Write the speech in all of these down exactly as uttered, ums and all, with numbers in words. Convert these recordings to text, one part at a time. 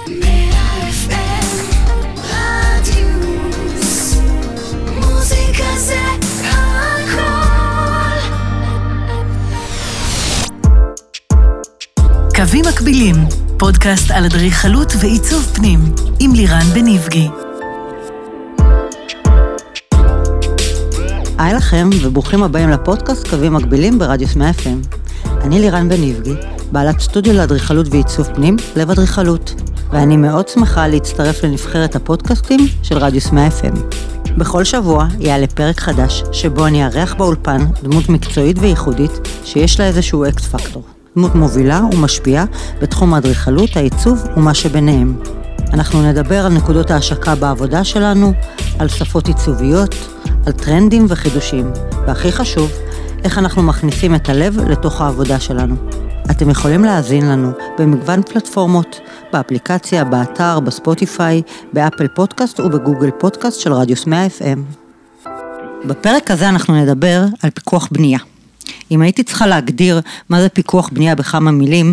קווים מקבילים, פודקאסט על אדריכלות ועיצוב פנים, עם לירן בניבגי. היי לכם וברוכים הבאים לפודקאסט קווים מקבילים ברדיוס מאה אף אם. אני לירן בניבגי, בעלת סטודיו לאדריכלות ועיצוב פנים, לב אדריכלות, ואני מאוד שמחה להצטרף לנבחרת הפודקאסטים של רדיוס מאה אף אם. בכל שבוע יעלה פרק חדש, שבו אני אארח באולפן דמות מקצועית וייחודית שיש לה איזשהו אקס פקטור. דמות מובילה ומשפיעה בתחום האדריכלות, העיצוב ומה שביניהם. אנחנו נדבר על נקודות ההשקה בעבודה שלנו, על שפות עיצוביות, על טרנדים וחידושים, והכי חשוב, איך אנחנו מכניסים את הלב לתוך העבודה שלנו. אתם יכולים להאזין לנו במגוון פלטפורמות, באפליקציה, באתר, בספוטיפיי, באפל פודקאסט ובגוגל פודקאסט של רדיוס מאה אף אם. בפרק הזה אנחנו נדבר על פיקוח בנייה. אם הייתי צריכה להגדיר מה זה פיקוח בנייה בכמה מילים,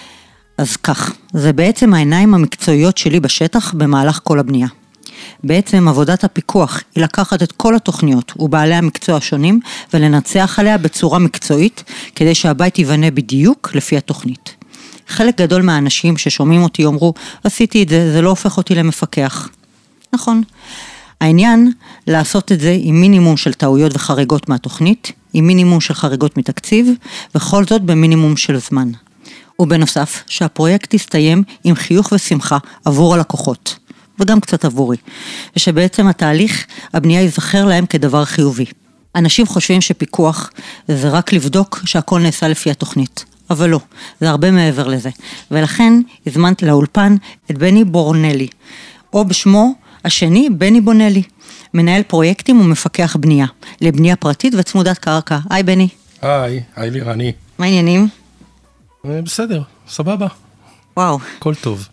אז כך, זה בעצם העיניים המקצועיות שלי בשטח במהלך כל הבנייה. בעצם עבודת הפיקוח היא לקחת את כל התוכניות ובעלי המקצוע השונים ולנצח עליה בצורה מקצועית כדי שהבית ייבנה בדיוק לפי התוכנית. חלק גדול מהאנשים ששומעים אותי יאמרו, עשיתי את זה, זה לא הופך אותי למפקח. נכון. העניין לעשות את זה עם מינימום של טעויות וחריגות מהתוכנית, עם מינימום של חריגות מתקציב, וכל זאת במינימום של זמן. ובנוסף, שהפרויקט יסתיים עם חיוך ושמחה עבור הלקוחות, וגם קצת עבורי, ושבעצם התהליך הבנייה ייזכר להם כדבר חיובי. אנשים חושבים שפיקוח זה רק לבדוק שהכל נעשה לפי התוכנית, אבל לא, זה הרבה מעבר לזה. ולכן הזמנתי לאולפן את בני בורנלי, או בשמו השני בני בונלי, מנהל פרויקטים ומפקח בנייה, לבנייה פרטית וצמודת קרקע. היי בני. היי, היי לירני. מה העניינים? בסדר, סבבה. וואו. הכל טוב.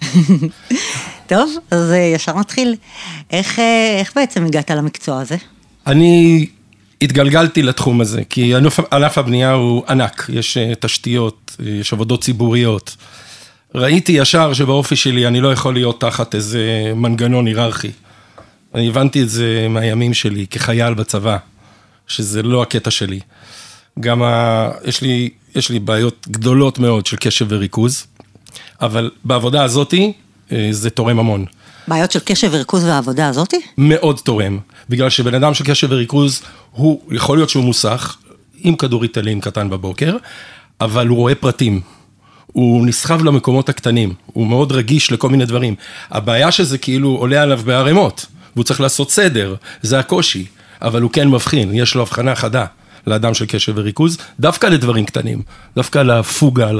טוב, אז ישר נתחיל. איך, איך בעצם הגעת למקצוע הזה? אני התגלגלתי לתחום הזה, כי ענף הבנייה הוא ענק, יש תשתיות, יש עבודות ציבוריות. ראיתי ישר שבאופי שלי אני לא יכול להיות תחת איזה מנגנון היררכי. אני הבנתי את זה מהימים שלי כחייל בצבא, שזה לא הקטע שלי. גם ה... יש לי, יש לי בעיות גדולות מאוד של קשב וריכוז, אבל בעבודה הזאתי זה תורם המון. בעיות של קשב וריכוז והעבודה הזאתי? מאוד תורם, בגלל שבן אדם של קשב וריכוז, הוא יכול להיות שהוא מוסך, עם כדור ריטלין קטן בבוקר, אבל הוא רואה פרטים. הוא נסחב למקומות הקטנים, הוא מאוד רגיש לכל מיני דברים. הבעיה שזה כאילו עולה עליו בערימות, והוא צריך לעשות סדר, זה הקושי, אבל הוא כן מבחין, יש לו הבחנה חדה לאדם של קשב וריכוז, דווקא לדברים קטנים, דווקא לפוגה,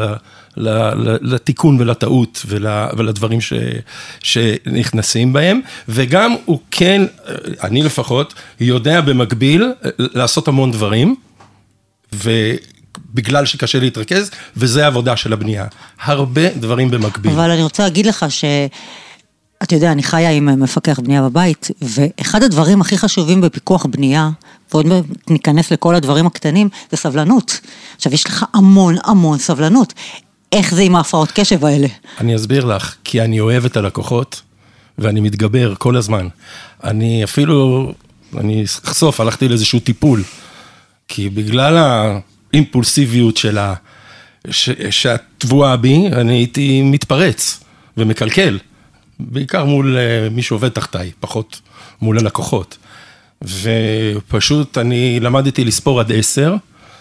לתיקון ולטעות ולדברים ש, שנכנסים בהם, וגם הוא כן, אני לפחות, יודע במקביל לעשות המון דברים, ו... בגלל שקשה להתרכז, וזה העבודה של הבנייה. הרבה דברים במקביל. אבל אני רוצה להגיד לך ש... אתה יודע, אני חיה עם מפקח בנייה בבית, ואחד הדברים הכי חשובים בפיקוח בנייה, ועוד ניכנס לכל הדברים הקטנים, זה סבלנות. עכשיו, יש לך המון המון סבלנות. איך זה עם ההפרעות קשב האלה? אני אסביר לך, כי אני אוהב את הלקוחות, ואני מתגבר כל הזמן. אני אפילו, אני אחשוף, הלכתי לאיזשהו טיפול, כי בגלל ה... אימפולסיביות שלה, שהתבואה בי, אני הייתי מתפרץ ומקלקל, בעיקר מול מי שעובד תחתיי, פחות מול הלקוחות. ופשוט אני למדתי לספור עד עשר,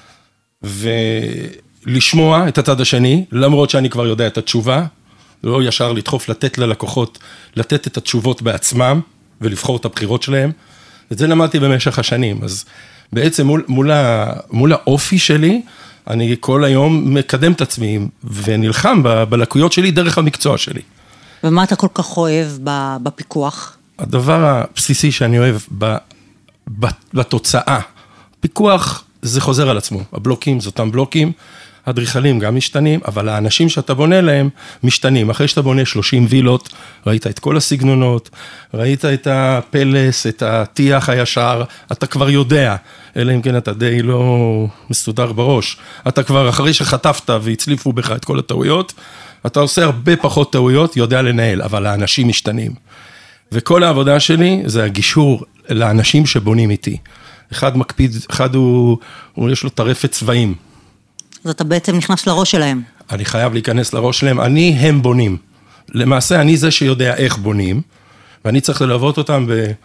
ולשמוע את הצד השני, למרות שאני כבר יודע את התשובה, לא ישר לדחוף לתת ללקוחות, לתת את התשובות בעצמם, ולבחור את הבחירות שלהם. את זה למדתי במשך השנים, אז... בעצם מול, מול, ה, מול האופי שלי, אני כל היום מקדם את עצמי, ונלחם ב, בלקויות שלי דרך המקצוע שלי. ומה אתה כל כך אוהב בפיקוח? הדבר הבסיסי שאני אוהב ב, ב, בתוצאה, פיקוח זה חוזר על עצמו, הבלוקים זה אותם בלוקים, הדריכלים גם משתנים, אבל האנשים שאתה בונה להם משתנים. אחרי שאתה בונה שלושים וילות, ראית את כל הסגנונות, ראית את הפלס, את הטיח הישר, אתה כבר יודע, אלא אם כן אתה די לא מסודר בראש. אתה כבר אחרי שחטפת והצליפו בך את כל הטעויות, אתה עושה הרבה פחות טעויות, יודע לנהל, אבל האנשים משתנים. וכל העבודה שלי זה הגישור לאנשים שבונים איתי. אחד מקפיד, אחד הוא, הוא יש לו טרפת צבעים. אז אתה בעצם נכנס לראש שלהם. אני חייב להיכנס לראש שלהם, אני הם בונים. למעשה אני זה שיודע איך בונים, ואני צריך ללוות אותם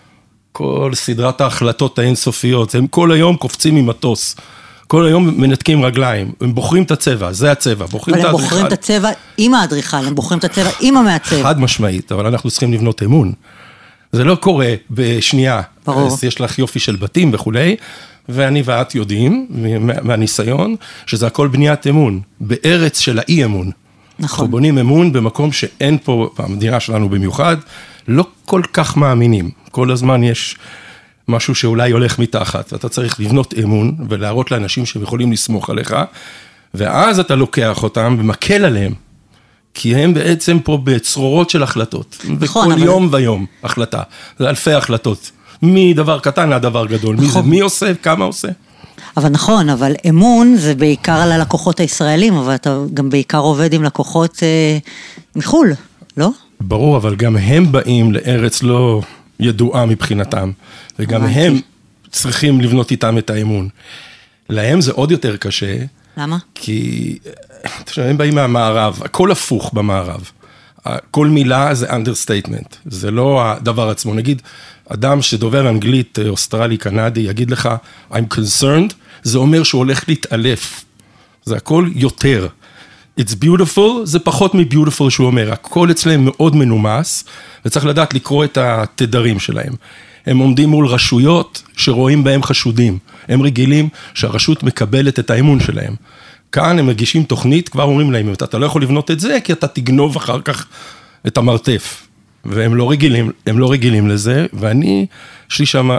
בכל סדרת ההחלטות האינסופיות, הם כל היום קופצים ממטוס, כל היום מנתקים רגליים, הם בוחרים את הצבע, זה הצבע, בוחרים את האדריכל. אבל הם בוחרים את הצבע עם האדריכל, הם בוחרים את הצבע עם המעצב. חד משמעית, אבל אנחנו צריכים לבנות אמון. זה לא קורה בשנייה, ברור. יש לך יופי של בתים וכולי, ואני ואת יודעים, מהניסיון, שזה הכל בניית אמון, בארץ של האי אמון. נכון. אנחנו בונים אמון במקום שאין פה, במדינה שלנו במיוחד, לא כל כך מאמינים. כל הזמן יש משהו שאולי הולך מתחת. אתה צריך לבנות אמון ולהראות לאנשים שהם יכולים לסמוך עליך, ואז אתה לוקח אותם ומקל עליהם. כי הם בעצם פה בצרורות של החלטות. נכון, וכל אבל... יום ויום החלטה. זה אלפי החלטות. מדבר קטן עד דבר גדול. נכון. מי, זה, מי עושה, כמה עושה. אבל נכון, אבל אמון זה בעיקר על הלקוחות הישראלים, אבל אתה גם בעיקר עובד עם לקוחות אה, מחול, לא? ברור, אבל גם הם באים לארץ לא ידועה מבחינתם, וגם אמרתי. הם צריכים לבנות איתם את האמון. להם זה עוד יותר קשה. למה? כי הם באים מהמערב, הכל הפוך במערב. כל מילה זה understatement, זה לא הדבר עצמו. נגיד, אדם שדובר אנגלית, אוסטרלי, קנדי, יגיד לך, I'm concerned, זה אומר שהוא הולך להתעלף. זה הכל יותר. It's beautiful, זה פחות מ-beautiful שהוא אומר. הכל אצלם מאוד מנומס, וצריך לדעת לקרוא את התדרים שלהם. הם עומדים מול רשויות שרואים בהם חשודים. הם רגילים שהרשות מקבלת את האמון שלהם. כאן הם מגישים תוכנית, כבר אומרים להם, אתה לא יכול לבנות את זה, כי אתה תגנוב אחר כך את המרתף. והם לא רגילים, הם לא רגילים לזה, ואני, יש לי שם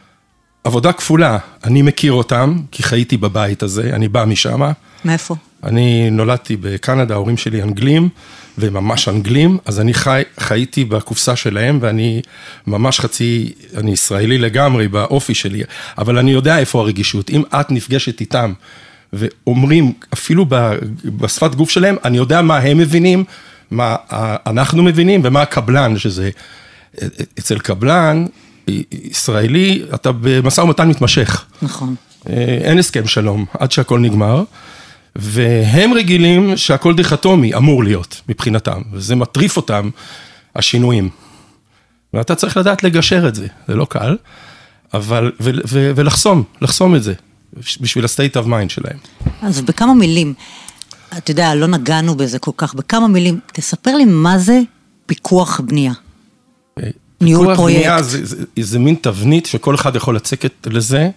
עבודה כפולה. אני מכיר אותם, כי חייתי בבית הזה, אני בא משם. מאיפה? אני נולדתי בקנדה, ההורים שלי אנגלים, וממש אנגלים, אז אני חי, חייתי בקופסה שלהם, ואני ממש חצי, אני ישראלי לגמרי באופי שלי, אבל אני יודע איפה הרגישות. אם את נפגשת איתם, ואומרים, אפילו בשפת גוף שלהם, אני יודע מה הם מבינים, מה אנחנו מבינים, ומה הקבלן, שזה, אצל קבלן, ישראלי, אתה במשא ומתן מתמשך. נכון. אין הסכם שלום, עד שהכל נגמר, והם רגילים שהכל דיכוטומי אמור להיות מבחינתם, וזה מטריף אותם, השינויים. ואתה צריך לדעת לגשר את זה, זה לא קל, אבל, ו, ו, ולחסום, לחסום את זה, בשביל ה-state of mind שלהם. אז בכמה מילים, אתה יודע, לא נגענו בזה כל כך, בכמה מילים, תספר לי מה זה פיקוח בנייה. ניהול פרויקט. פיקוח בנייה זה, זה, זה מין תבנית שכל אחד יכול לצקת לזה,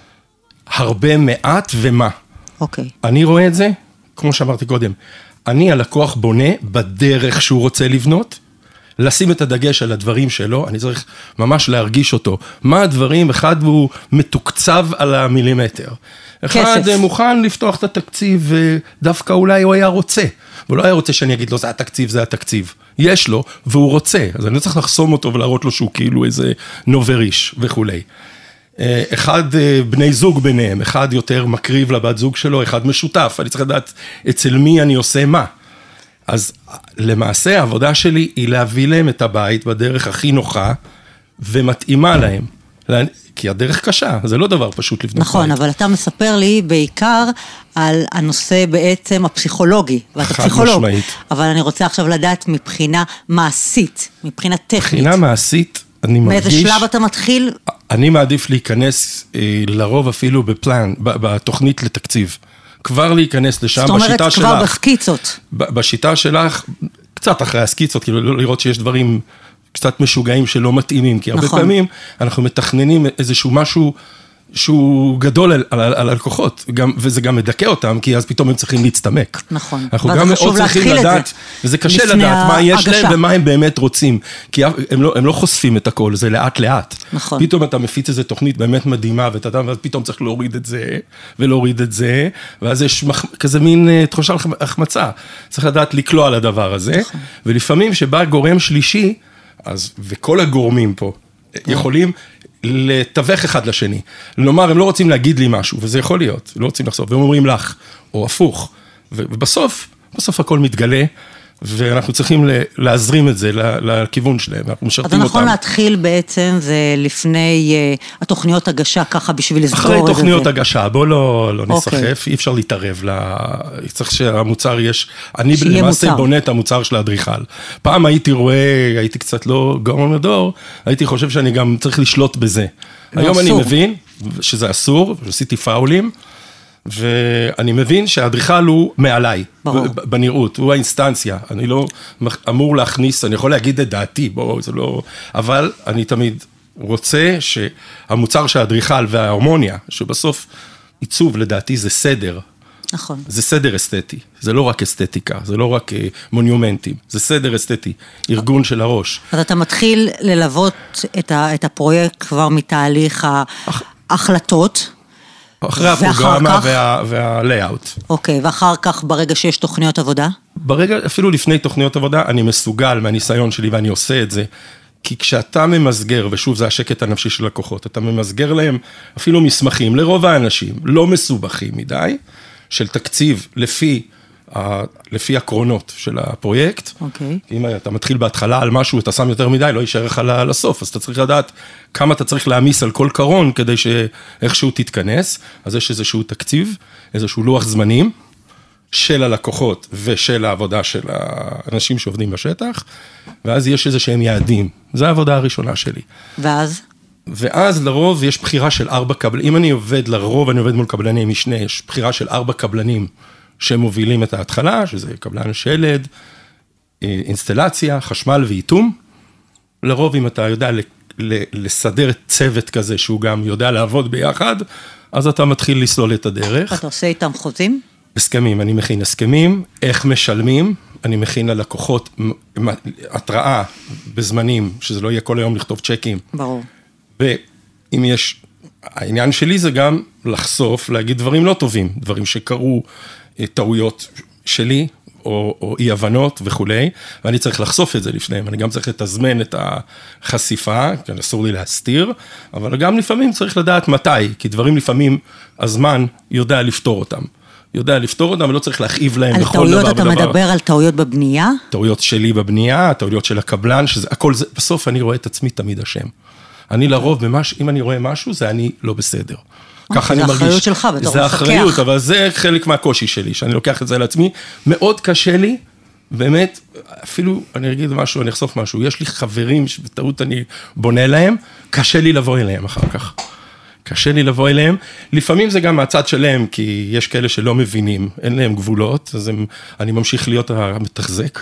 הרבה מעט ומה. אוקיי. אני רואה את זה, כמו שאמרתי קודם, אני הלקוח בונה בדרך שהוא רוצה לבנות, לשים את הדגש על הדברים שלו, אני צריך ממש להרגיש אותו. מה הדברים? אחד הוא מתוקצב על המילימטר. אחד כסף. מוכן לפתוח את התקציב, ודווקא אולי הוא היה רוצה. הוא לא היה רוצה שאני אגיד לו, זה התקציב, זה התקציב. יש לו, והוא רוצה. אז אני לא צריך לחסום אותו ולהראות לו שהוא כאילו איזה נובריש וכולי. אחד בני זוג ביניהם, אחד יותר מקריב לבת זוג שלו, אחד משותף. אני צריך לדעת אצל מי אני עושה מה. אז למעשה העבודה שלי היא להביא להם את הבית בדרך הכי נוחה ומתאימה להם. כי הדרך קשה, זה לא דבר פשוט לבנות נכון, בית. אבל אתה מספר לי בעיקר על הנושא בעצם הפסיכולוגי, ואתה פסיכולוג. משמעית. אבל אני רוצה עכשיו לדעת מבחינה מעשית, מבחינה טכנית. מבחינה מעשית, אני מרגיש... מאיזה שלב אתה מתחיל? אני מעדיף להיכנס אה, לרוב אפילו בפלן, בתוכנית לתקציב. כבר להיכנס לשם, בשיטה שלך. זאת אומרת, כבר בסקיצות. בשיטה שלך, קצת אחרי הסקיצות, כאילו לראות שיש דברים קצת משוגעים שלא מתאימים, כי הרבה פעמים אנחנו מתכננים איזשהו משהו שהוא גדול על, על, על הלקוחות, גם, וזה גם מדכא אותם, כי אז פתאום הם צריכים להצטמק. נכון. אנחנו גם מאוד צריכים לדעת, וזה קשה לדעת מה יש להם ומה הם באמת רוצים, כי הם לא, הם לא חושפים את הכל, זה לאט לאט. נכון. פתאום אתה מפיץ איזו תוכנית באמת מדהימה, ואתה, ואז פתאום צריך להוריד את זה, ולהוריד את זה, ואז יש כזה מין תחושה החמצה. צריך לדעת לקלוע על הדבר הזה, נכון. ולפעמים שבא גורם שלישי, אז, וכל הגורמים פה יכולים לתווך אחד לשני. לומר, הם לא רוצים להגיד לי משהו, וזה יכול להיות, לא רוצים לחשוף, והם אומרים לך, או הפוך. ובסוף, בסוף הכל מתגלה, ואנחנו צריכים להזרים את זה לכיוון שלהם, אנחנו משרתים אותם. אז נכון להתחיל בעצם, זה לפני התוכניות הגשה, ככה בשביל לסגור את זה. אחרי תוכניות הגשה, בואו לא נסחף, אי אפשר להתערב, צריך שהמוצר יש, אני למעשה בונה את המוצר של האדריכל. פעם הייתי רואה, הייתי קצת לא גאון הדור, הייתי חושב שאני גם צריך לשלוט בזה. היום אני מבין שזה אסור, עשיתי פאולים, ואני מבין שהאדריכל הוא מעליי, בנראות, הוא האינסטנציה, אני לא אמור להכניס, אני יכול להגיד את דעתי, בואו, זה לא, אבל אני תמיד רוצה שהמוצר של האדריכל וההרמוניה, שבסוף עיצוב לדעתי זה סדר, נכון. זה סדר אסתטי, זה לא רק אסתטיקה, זה לא רק מונומנטים, זה סדר אסתטי, ארגון של הראש. אז אתה מתחיל ללוות את הפרויקט כבר מתהליך ההחלטות, אחרי הפרוגרמה והלייאוט. אוקיי, ואחר כך ברגע שיש תוכניות עבודה? ברגע, אפילו לפני תוכניות עבודה, אני מסוגל מהניסיון שלי ואני עושה את זה, כי כשאתה ממסגר, ושוב זה השקט הנפשי של לקוחות, אתה ממסגר להם אפילו מסמכים, לרוב האנשים, לא מסובכים מדי, של תקציב לפי, לפי הקרונות של הפרויקט. אוקיי. אם אתה מתחיל בהתחלה על משהו, אתה שם יותר מדי, לא יישאר לך לסוף, אז אתה צריך לדעת כמה אתה צריך להמיס על כל קרון, כדי שאיכשהו תתכנס, אז יש איזשהו תקציב, איזשהו לוח זמנים, של הלקוחות ושל העבודה של האנשים שעובדים בשטח, ואז יש איזה שהם יעדים. זו העבודה הראשונה שלי. ואז? ואז לרוב יש בחירה של ארבע קבלנים, אם אני עובד לרוב, אני עובד מול קבלני משנה, יש בחירה של ארבע קבלנים שמובילים את ההתחלה, שזה קבלן שלד, אינסטלציה, חשמל ואיתום. לרוב אם אתה יודע לסדר צוות כזה, שהוא גם יודע לעבוד ביחד, אז אתה מתחיל לסלול את הדרך. אתה עושה איתם חוזים? הסכמים, אני מכין הסכמים, איך משלמים, אני מכין ללקוחות התראה בזמנים, שזה לא יהיה כל היום לכתוב צ'קים. ברור. ואם יש, העניין שלי זה גם לחשוף, להגיד דברים לא טובים, דברים שקרו, טעויות שלי, או, או אי הבנות וכולי, ואני צריך לחשוף את זה לפניהם, אני גם צריך לתזמן את החשיפה, כי אסור לי להסתיר, אבל גם לפעמים צריך לדעת מתי, כי דברים לפעמים הזמן יודע לפתור אותם. יודע לפתור אותם, ולא צריך להכאיב להם בכל דבר ודבר. על טעויות אתה מדבר על טעויות בבנייה? טעויות שלי בבנייה, טעויות של הקבלן, שזה, הכל זה, בסוף אני רואה את עצמי תמיד אשם. אני לרוב, ממש, אם אני רואה משהו, זה אני לא בסדר. ככה אני מרגיש. זה אחריות שלך בתור מפקח. זה אחריות, אבל זה חלק מהקושי שלי, שאני לוקח את זה לעצמי. מאוד קשה לי, באמת, אפילו, אני אגיד משהו, אני אחשוף משהו, יש לי חברים שבטעות אני בונה להם, קשה לי לבוא אליהם אחר כך. קשה לי לבוא אליהם, לפעמים זה גם מהצד שלהם, כי יש כאלה שלא מבינים, אין להם גבולות, אז הם, אני ממשיך להיות המתחזק.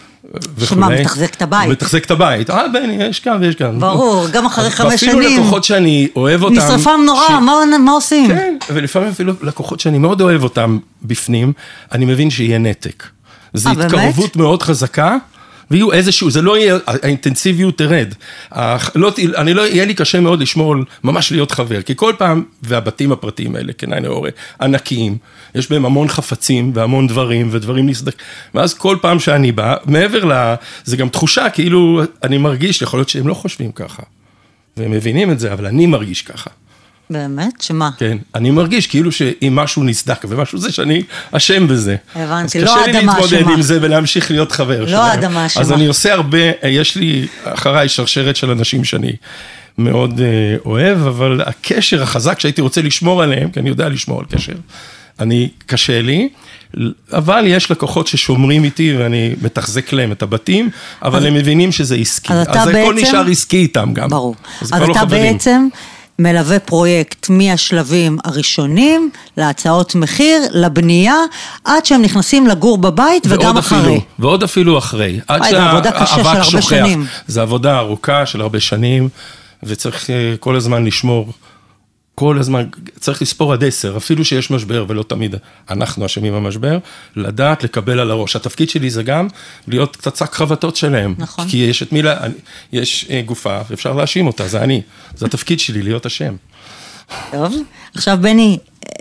שמה, מתחזק את הבית? מתחזק את הבית, אה, בני, יש כאן ויש כאן. ברור, גם אחרי חמש שנים. ואפילו לקוחות שאני אוהב אותם. נשרפם נורא, מה עושים? כן, ולפעמים אפילו לקוחות שאני מאוד אוהב אותם בפנים, אני מבין שיהיה נתק. זו התקרבות מאוד חזקה, ויהיו איזשהו, זה לא יהיה, האינטנסיביות תרד. לא, אני לא, יהיה לי קשה מאוד לשמור, ממש להיות חבר, כי כל פעם, והבתים הפרטיים האלה, כנאי נאורה, ענקיים, יש בהם המון חפצים, והמון דברים, ודברים נסדק, ואז כל פעם שאני בא, מעבר ל, זה גם תחושה, כאילו, אני מרגיש, יכול להיות שהם לא חושבים ככה, והם מבינים את זה, אבל אני מרגיש ככה. באמת? שמה? כן, אני מרגיש כאילו שאם משהו נסדק ומשהו זה שאני אשם בזה. הבנתי, לא האדמה אשמה. אז קשה לי להתמודד עם זה ולהמשיך להיות חבר. לא האדמה אשמה. אז אני עושה הרבה, יש לי אחריי שרשרת של אנשים שאני מאוד אוהב, אבל הקשר החזק שהייתי רוצה לשמור עליהם, כי אני יודע לשמור על קשר, אני, קשה לי, אבל יש לקוחות ששומרים איתי ואני מתחזק להם את הבתים, אבל הם מבינים שזה עסקי. אז הכל נשאר עסקי איתם גם. ברור. אז אתה בעצם מלווה פרויקט מהשלבים הראשונים, להצעות מחיר, לבנייה, עד שהם נכנסים לגור בבית וגם אחרי. אפילו, ועוד אפילו אחרי. עד שהאבק שוכח. זה עבודה ארוכה של הרבה שנים, וצריך כל הזמן לשמור, כל הזמן, צריך לספור עד עשר, אפילו שיש משבר, ולא תמיד אנחנו אשמים במשבר, לדעת לקבל על הראש. התפקיד שלי זה גם להיות קצת שק חבטות שלהם. נכון. כי יש את מילה, יש גופה, ואפשר להאשים אותה, זה אני. זה התפקיד שלי, להיות השם. טוב, עכשיו בני,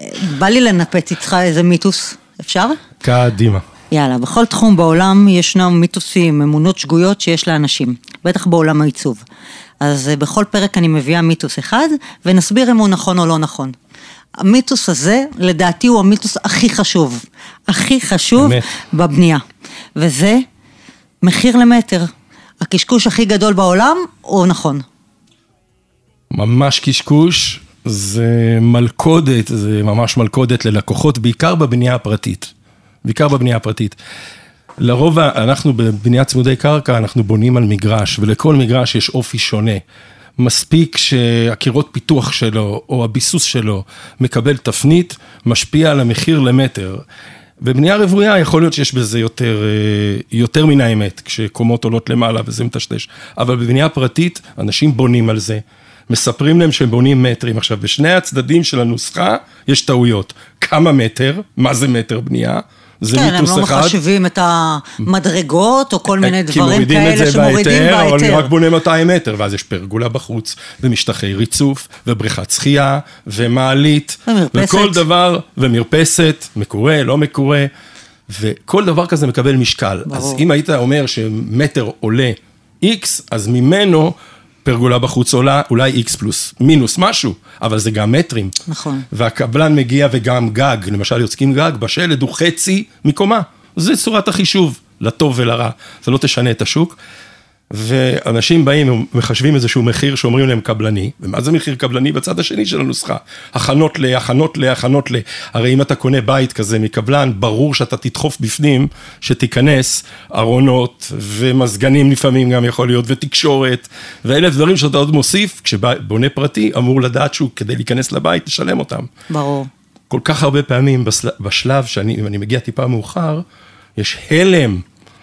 בא לי לנפץ איתך איזה מיתוס, אפשר? קדימה. יאללה, בכל תחום בעולם ישנם מיתוסים, אמונות שגויות שיש לאנשים, בטח בעולם העיצוב. אז בכל פרק אני מביאה מיתוס אחד, ונסביר אם הוא נכון או לא נכון. המיתוס הזה, לדעתי, הוא המיתוס הכי חשוב, הכי חשוב באמת. בבנייה. וזה מחיר למטר, הקשקוש הכי גדול בעולם, או נכון? ממש קשקוש, זה מלכודת, זה ממש מלכודת ללקוחות, בעיקר בבנייה הפרטית. בעיקר בבנייה הפרטית. לרוב, אנחנו בבנייה צמודי קרקע, אנחנו בונים על מגרש, ולכל מגרש יש אופי שונה. מספיק שהקירות פיתוח שלו, או הביסוס שלו, מקבל תפנית, משפיע על המחיר למטר. בבנייה רבויה יכול להיות שיש בזה יותר, יותר מן האמת, כשקומות עולות למעלה וזה מטשטש. אבל בבנייה פרטית, אנשים בונים על זה. מספרים להם שהם בונים מטרים. עכשיו, בשני הצדדים של הנוסחה יש טעויות. כמה מטר? מה זה מטר בנייה? זה כן, מיתוס הם לא אחד. מחשבים את המדרגות, או כל מיני דברים מורידים כאלה שמורידים בהיתר. אבל אני רק בונה מאתיים מטר, ואז יש פרגולה בחוץ, ומשטחי ריצוף, ובריכת שחייה, ומעלית, ומרפסת. וכל דבר, ומרפסת, מקורה, לא מקורה, וכל דבר כזה מקבל משקל. ברור. אז אם היית אומר שמטר עולה X, אז ממנו פרגולה בחוץ עולה אולי X פלוס, מינוס משהו, אבל זה גם מטרים. נכון. והקבלן מגיע וגם גג, למשל יוצקים גג, בשלד הוא חצי מקומה. זה צורת החישוב, לטוב ולרע. זה לא תשנה את השוק. ואנשים באים ומחשבים איזשהו מחיר שאומרים להם קבלני, ומה זה מחיר קבלני בצד השני של הנוסחה? הכנות ל, הכנות ל, הכנות ל. הרי אם אתה קונה בית כזה מקבלן, ברור שאתה תדחוף בפנים, שתיכנס ארונות ומזגנים לפעמים גם יכול להיות, ותקשורת, ואלף דברים שאתה עוד מוסיף, כשבונה פרטי אמור לדעת שהוא כדי להיכנס לבית, לשלם אותם. ברור. כל כך הרבה פעמים בשלב שאני, אם אני מגיע טיפה מאוחר, יש הלם,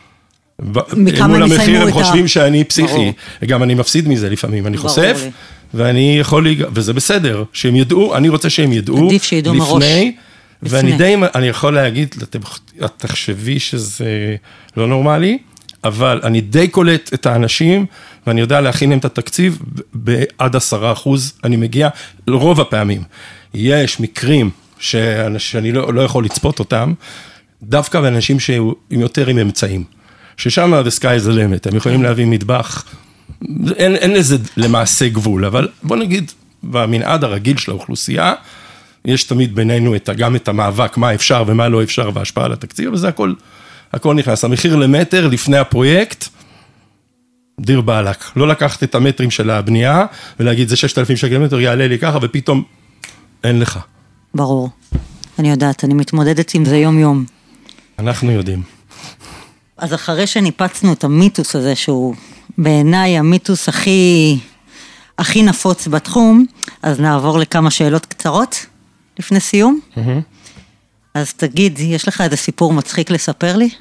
מול המחיר הם חושבים שאני פסיכי, גם אני מפסיד מזה לפעמים, אני חושף, ואני יכול, וזה בסדר, שהם ידעו, אני רוצה שהם ידעו, עדיף שידעו מראש. ואני די, אני יכול להגיד, את תחשבי שזה לא נורמלי, אבל אני די קולט את האנשים, ואני יודע להכין להם את התקציב, בעד עשרה אחוז אני מגיע, רוב הפעמים. יש מקרים שאני לא יכול לצפות אותם, דווקא באנשים שהם יותר עם אמצעים. ששם the sky is the limit, הם יכולים להביא מטבח, אין, אין לזה למעשה גבול, אבל בוא נגיד, במנעד הרגיל של האוכלוסייה, יש תמיד בינינו את, גם את המאבק, מה אפשר ומה לא אפשר, וההשפעה על התקציב, וזה הכל, הכל נכנס. המחיר למטר לפני הפרויקט, דיר בעלק, לא לקחת את המטרים של הבנייה, ולהגיד, זה ששת אלפים שקל מטר, יעלה לי ככה, ופתאום אין לך. ברור, אני יודעת, אני מתמודדת עם זה יום יום. אנחנו יודעים. אז אחרי שניפצנו את המיתוס הזה, שהוא בעיניי המיתוס הכי, הכי נפוץ בתחום, אז נעבור לכמה שאלות קצרות לפני סיום. Mm-hmm. אז תגיד, יש לך איזה סיפור מצחיק לספר לי?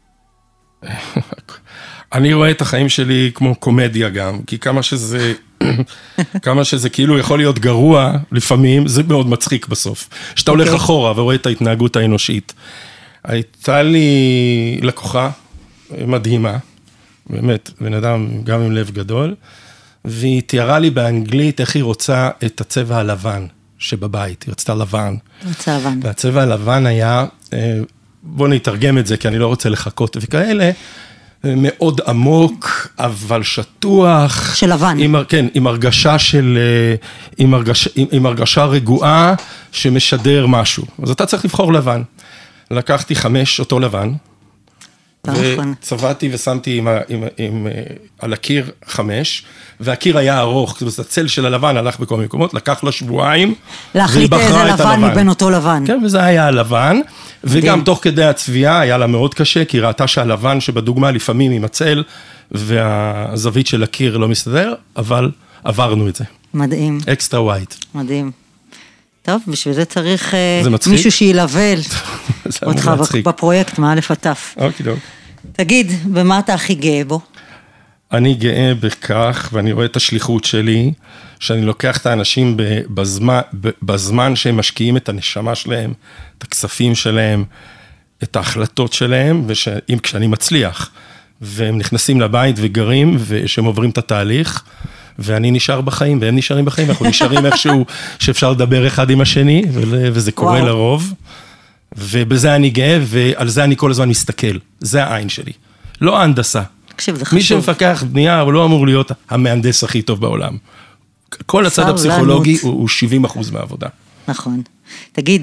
אני רואה את החיים שלי כמו קומדיה גם, כי כמה שזה, כמה שזה כאילו יכול להיות גרוע לפעמים, זה מאוד מצחיק בסוף. שאתה הולך אחורה ורואה את ההתנהגות האנושית. הייתה לי לקוחה מדהימה, באמת, בן אדם גם עם לב גדול, והיא תיארה לי באנגלית איך היא רוצה את הצבע הלבן שבבית, היא רצתה לבן. רצה לבן. והצבע הלבן היה, בוא נתרגם את זה, כי אני לא רוצה לחכות וכאלה, מאוד עמוק, אבל שטוח. של לבן. עם, כן, עם הרגשה של, עם הרגשה, עם, עם הרגשה רגועה שמשדר משהו. אז אתה צריך לבחור לבן. לקחתי חמש אותו לבן, וצבעתי ושמתי עם, עם, עם, על הקיר חמש, והקיר היה ארוך, זאת אומרת, הצל של הלבן הלך בכל מקומות, לקח לה שבועיים, להחליט איזה לבן מבין אותו לבן. כן, וזה היה הלבן, וגם תוך כדי הצביעה היה לה מאוד קשה, כי ראתה שהלבן שבדוגמה לפעמים עם הצל, והזווית של הקיר לא מסתדר, אבל עברנו את זה. מדהים. אקסטרה ווייט. מדהים. טוב, בשביל זה צריך מישהו שילווה אותך בפרויקט, מאלף עטף. אוקיי, טוב. תגיד, במה אתה הכי גאה בו? אני גאה בכך, ואני רואה את השליחות שלי, שאני לוקח את האנשים בזמן, בזמן שהם משקיעים את הנשמה שלהם, את הכספים שלהם, את ההחלטות שלהם, ואם כשאני מצליח, והם נכנסים לבית וגרים, ושהם עוברים את התהליך, ואני נשאר בחיים, והם נשארים בחיים, אנחנו נשארים איכשהו שאפשר לדבר אחד עם השני, וזה קורה לרוב, ובזה אני גאה, ועל זה אני כל הזמן מסתכל, זה העין שלי, לא ההנדסה. מי שמפקח בנייה, הוא לא אמור להיות המהנדס הכי טוב בעולם. כל הצד הפסיכולוגי הוא שבעים אחוז מהעבודה. נכון. תגיד,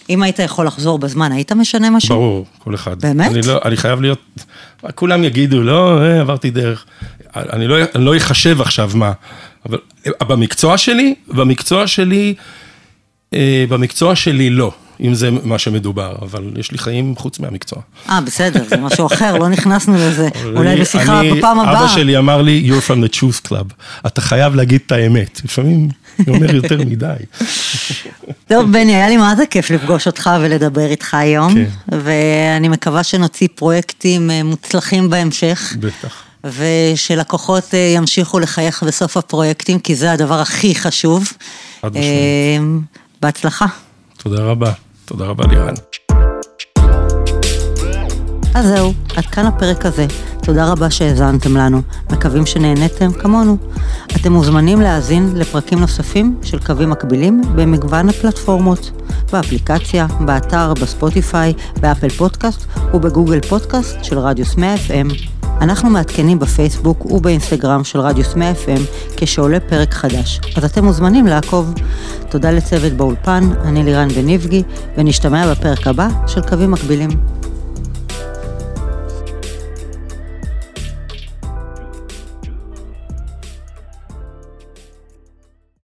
אם היית יכול לחזור בזמן, היית משנה משהו? ברור, כל אחד. באמת? אני, לא, אני חייב להיות, כולם יגידו, לא, אה, עברתי דרך, אני לא, אני לא יחשב עכשיו מה, אבל במקצוע שלי, במקצוע שלי, אה, במקצוע שלי לא, אם זה מה שמדובר, אבל יש לי חיים חוץ מהמקצוע. אה, בסדר, זה משהו אחר, לא נכנסנו לזה, אולי בשיחה בפעם הבאה. אבא שלי אמר לי, you're from the truth club, אתה חייב להגיד את האמת, לפעמים אני אומר יותר מדי. טוב, בני, היה לי מה זה כיף לפגוש אותך ולדבר איתך היום, כן. ואני מקווה שנוציא פרויקטים מוצלחים בהמשך. בטח. ושלקוחות ימשיכו לחייך בסוף הפרויקטים, כי זה הדבר הכי חשוב. עד משמעית. בהצלחה. תודה רבה, תודה רבה לירן. אז זהו, עד כאן הפרק הזה. תודה רבה שהאזנתם לנו, מקווים שנהנתם כמונו. אתם מוזמנים להאזין לפרקים נוספים של קווים מקבילים במגוון הפלטפורמות, באפליקציה, באתר, בספוטיפיי, באפל פודקאסט ובגוגל פודקאסט של רדיוס מאה אף אם. אנחנו מעדכנים בפייסבוק ובאינסטגרם של רדיוס מאה אף אם כשעולה פרק חדש, אז אתם מוזמנים לעקוב. תודה לצוות באולפן, אני לירן בניבגי, ונשתמע בפרק הבא של קווים מקבילים.